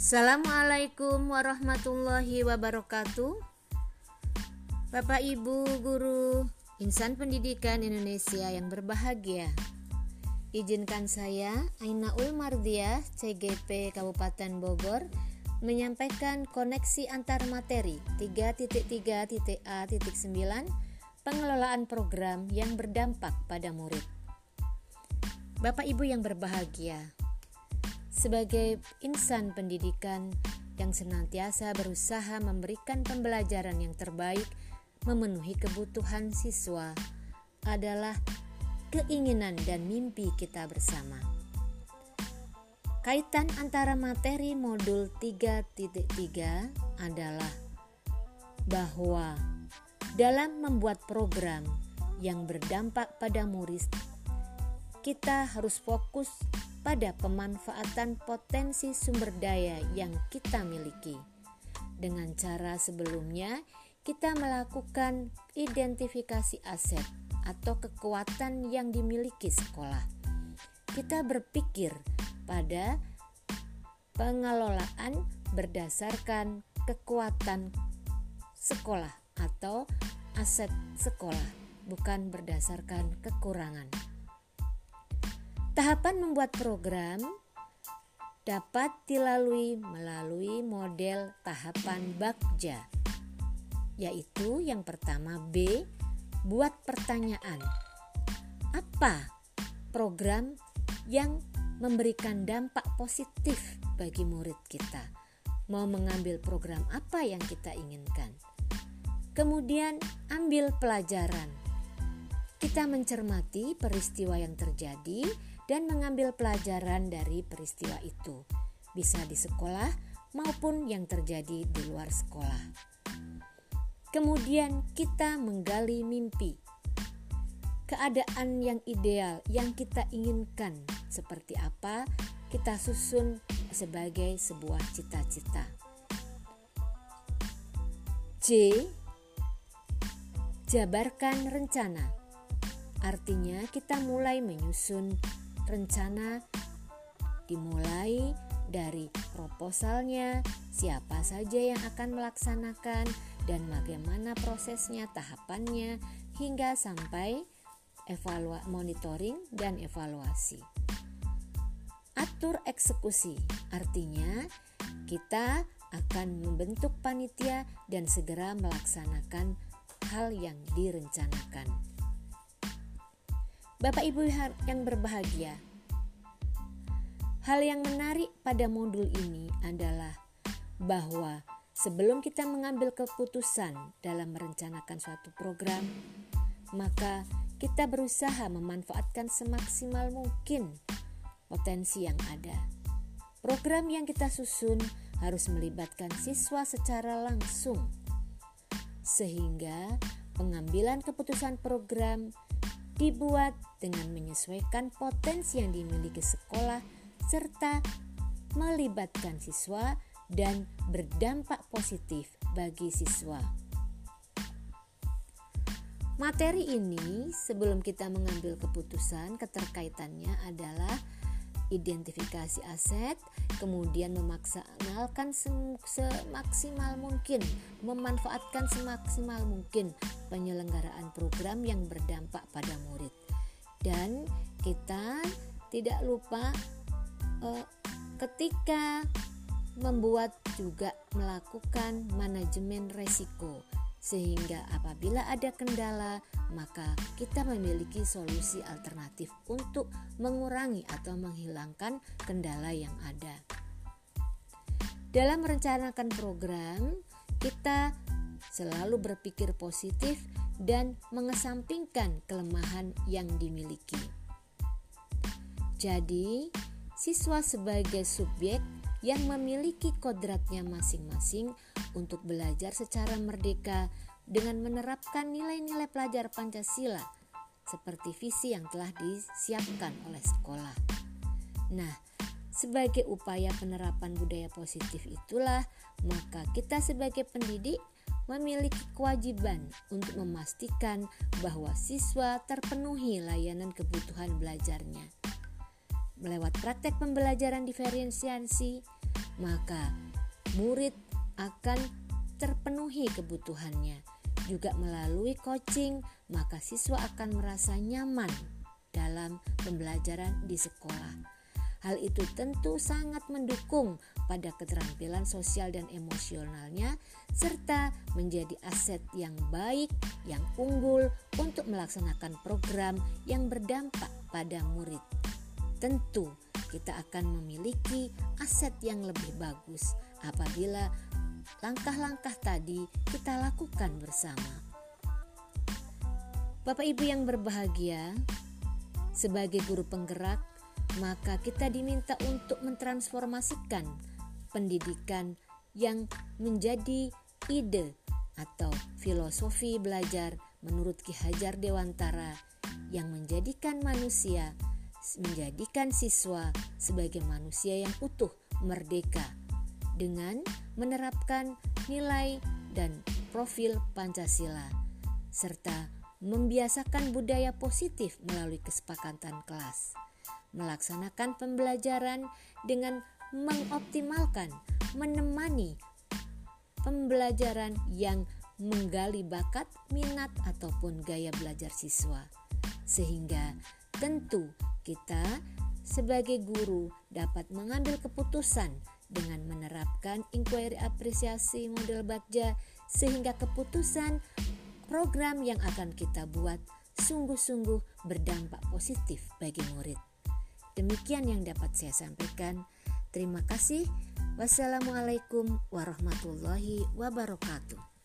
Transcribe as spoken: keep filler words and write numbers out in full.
Assalamualaikum warahmatullahi wabarakatuh. Bapak, Ibu, Guru, insan pendidikan Indonesia yang berbahagia. Izinkan saya, Ainaul Mardiah, C G P Kabupaten Bogor, menyampaikan koneksi antar materi tiga titik tiga titik A titik sembilan pengelolaan program yang berdampak pada murid. Bapak Ibu yang berbahagia, sebagai insan pendidikan yang senantiasa berusaha memberikan pembelajaran yang terbaik memenuhi kebutuhan siswa adalah keinginan dan mimpi kita bersama. Kaitan antara materi modul tiga titik tiga adalah bahwa dalam membuat program yang berdampak pada murid, kita harus fokus pada pemanfaatan potensi sumber daya yang kita miliki. Dengan cara sebelumnya, kita melakukan identifikasi aset atau kekuatan yang dimiliki sekolah. Kita berpikir pada pengelolaan berdasarkan kekuatan sekolah atau aset sekolah, bukan berdasarkan kekurangan. Tahapan membuat program dapat dilalui melalui model tahapan Bagja, yaitu yang pertama B, buat pertanyaan. Apa program yang memberikan dampak positif bagi murid kita? Mau mengambil program apa yang kita inginkan? Kemudian ambil pelajaran. Kita mencermati peristiwa yang terjadi dan mengambil pelajaran dari peristiwa itu, bisa di sekolah maupun yang terjadi di luar sekolah. Kemudian kita menggali mimpi, keadaan yang ideal yang kita inginkan seperti apa, kita susun sebagai sebuah cita-cita. J, jabarkan rencana. Artinya kita mulai menyusun rencana, dimulai dari proposalnya, siapa saja yang akan melaksanakan dan bagaimana prosesnya, tahapannya, hingga sampai evaluasi, monitoring dan evaluasi. Atur eksekusi, artinya kita akan membentuk panitia dan segera melaksanakan hal yang direncanakan. Bapak Ibu yang berbahagia, hal yang menarik pada modul ini adalah bahwa sebelum kita mengambil keputusan dalam merencanakan suatu program, maka kita berusaha memanfaatkan semaksimal mungkin potensi yang ada. Program yang kita susun harus melibatkan siswa secara langsung, sehingga pengambilan keputusan program dibuat dengan menyesuaikan potensi yang dimiliki sekolah serta melibatkan siswa dan berdampak positif bagi siswa. Materi ini sebelum kita mengambil keputusan, keterkaitannya adalah identifikasi aset, kemudian memaksimalkan semaksimal mungkin, memanfaatkan semaksimal mungkin penyelenggaraan program yang berdampak pada murid. Dan kita tidak lupa eh, ketika membuat juga melakukan manajemen resiko, sehingga apabila ada kendala maka kita memiliki solusi alternatif untuk mengurangi atau menghilangkan kendala yang ada. Dalam merencanakan program, kita selalu berpikir positif dan mengesampingkan kelemahan yang dimiliki. Jadi, siswa sebagai subjek yang memiliki kodratnya masing-masing untuk belajar secara merdeka dengan menerapkan nilai-nilai pelajar Pancasila seperti visi yang telah disiapkan oleh sekolah. Nah, sebagai upaya penerapan budaya positif itulah, maka kita sebagai pendidik memiliki kewajiban untuk memastikan bahwa siswa terpenuhi layanan kebutuhan belajarnya. Lewat praktek pembelajaran diferensiasi, maka murid akan terpenuhi kebutuhannya. Juga melalui coaching, maka siswa akan merasa nyaman dalam pembelajaran di sekolah. Hal itu tentu sangat mendukung pada keterampilan sosial dan emosionalnya, serta menjadi aset yang baik, yang unggul untuk melaksanakan program yang berdampak pada murid. Tentu kita akan memiliki aset yang lebih bagus apabila langkah-langkah tadi kita lakukan bersama. Bapak Ibu yang berbahagia, sebagai guru penggerak, maka kita diminta untuk mentransformasikan pendidikan yang menjadi ide atau filosofi belajar menurut Ki Hajar Dewantara yang menjadikan manusia, menjadikan siswa sebagai manusia yang utuh, merdeka, dengan menerapkan nilai dan profil Pancasila, serta membiasakan budaya positif melalui kesepakatan kelas, melaksanakan pembelajaran dengan mengoptimalkan, menemani pembelajaran yang menggali bakat, minat, ataupun gaya belajar siswa. Sehingga tentu kita sebagai guru dapat mengambil keputusan dengan menerapkan inquiry apresiasi model Bagja, sehingga keputusan program yang akan kita buat sungguh-sungguh berdampak positif bagi murid. Demikian yang dapat saya sampaikan. Terima kasih. Wassalamualaikum warahmatullahi wabarakatuh.